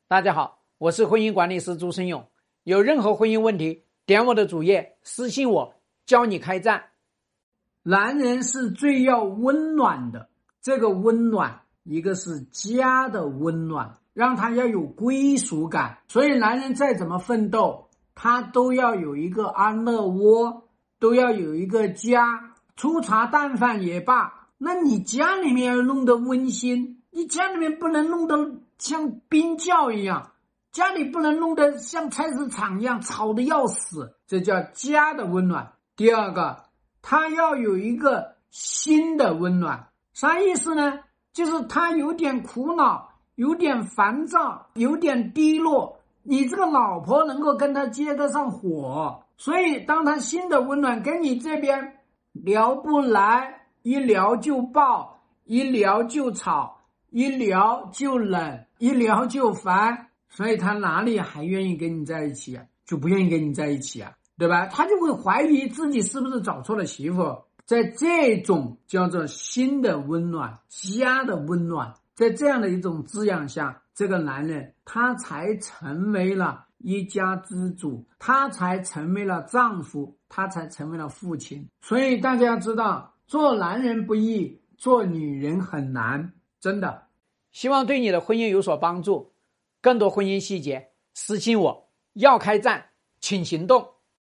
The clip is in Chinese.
大家好，我是婚姻管理师朱生勇。有任何婚姻问题，点我的主页私信我，教你开战。男人是最要温暖的，这个温暖，一个是家的温暖，让他要有归属感。所以男人再怎么奋斗，他都要有一个安乐窝，都要有一个家。粗茶淡饭也罢，那你家里面要弄得温馨，你家里面不能弄得像冰窖一样，家里不能弄得像菜市场一样吵得要死，这叫家的温暖。第二个，他要有一个心的温暖。啥意思呢？就是他有点苦恼，有点烦躁，有点低落，你这个老婆能够跟他接得上火。所以当他心的温暖跟你这边聊不来，一聊就爆，一聊就吵，一聊就冷，一聊就烦，所以他哪里还愿意跟你在一起啊？就不愿意跟你在一起啊，对吧？他就会怀疑自己是不是找错了媳妇。在这种叫做心的温暖，家的温暖，在这样的一种滋养下，这个男人他才成为了一家之主，他才成为了丈夫，他才成为了父亲。所以大家知道，做男人不易，做女人很难，真的。希望对你的婚姻有所帮助。更多婚姻细节私信我。要开战请行动。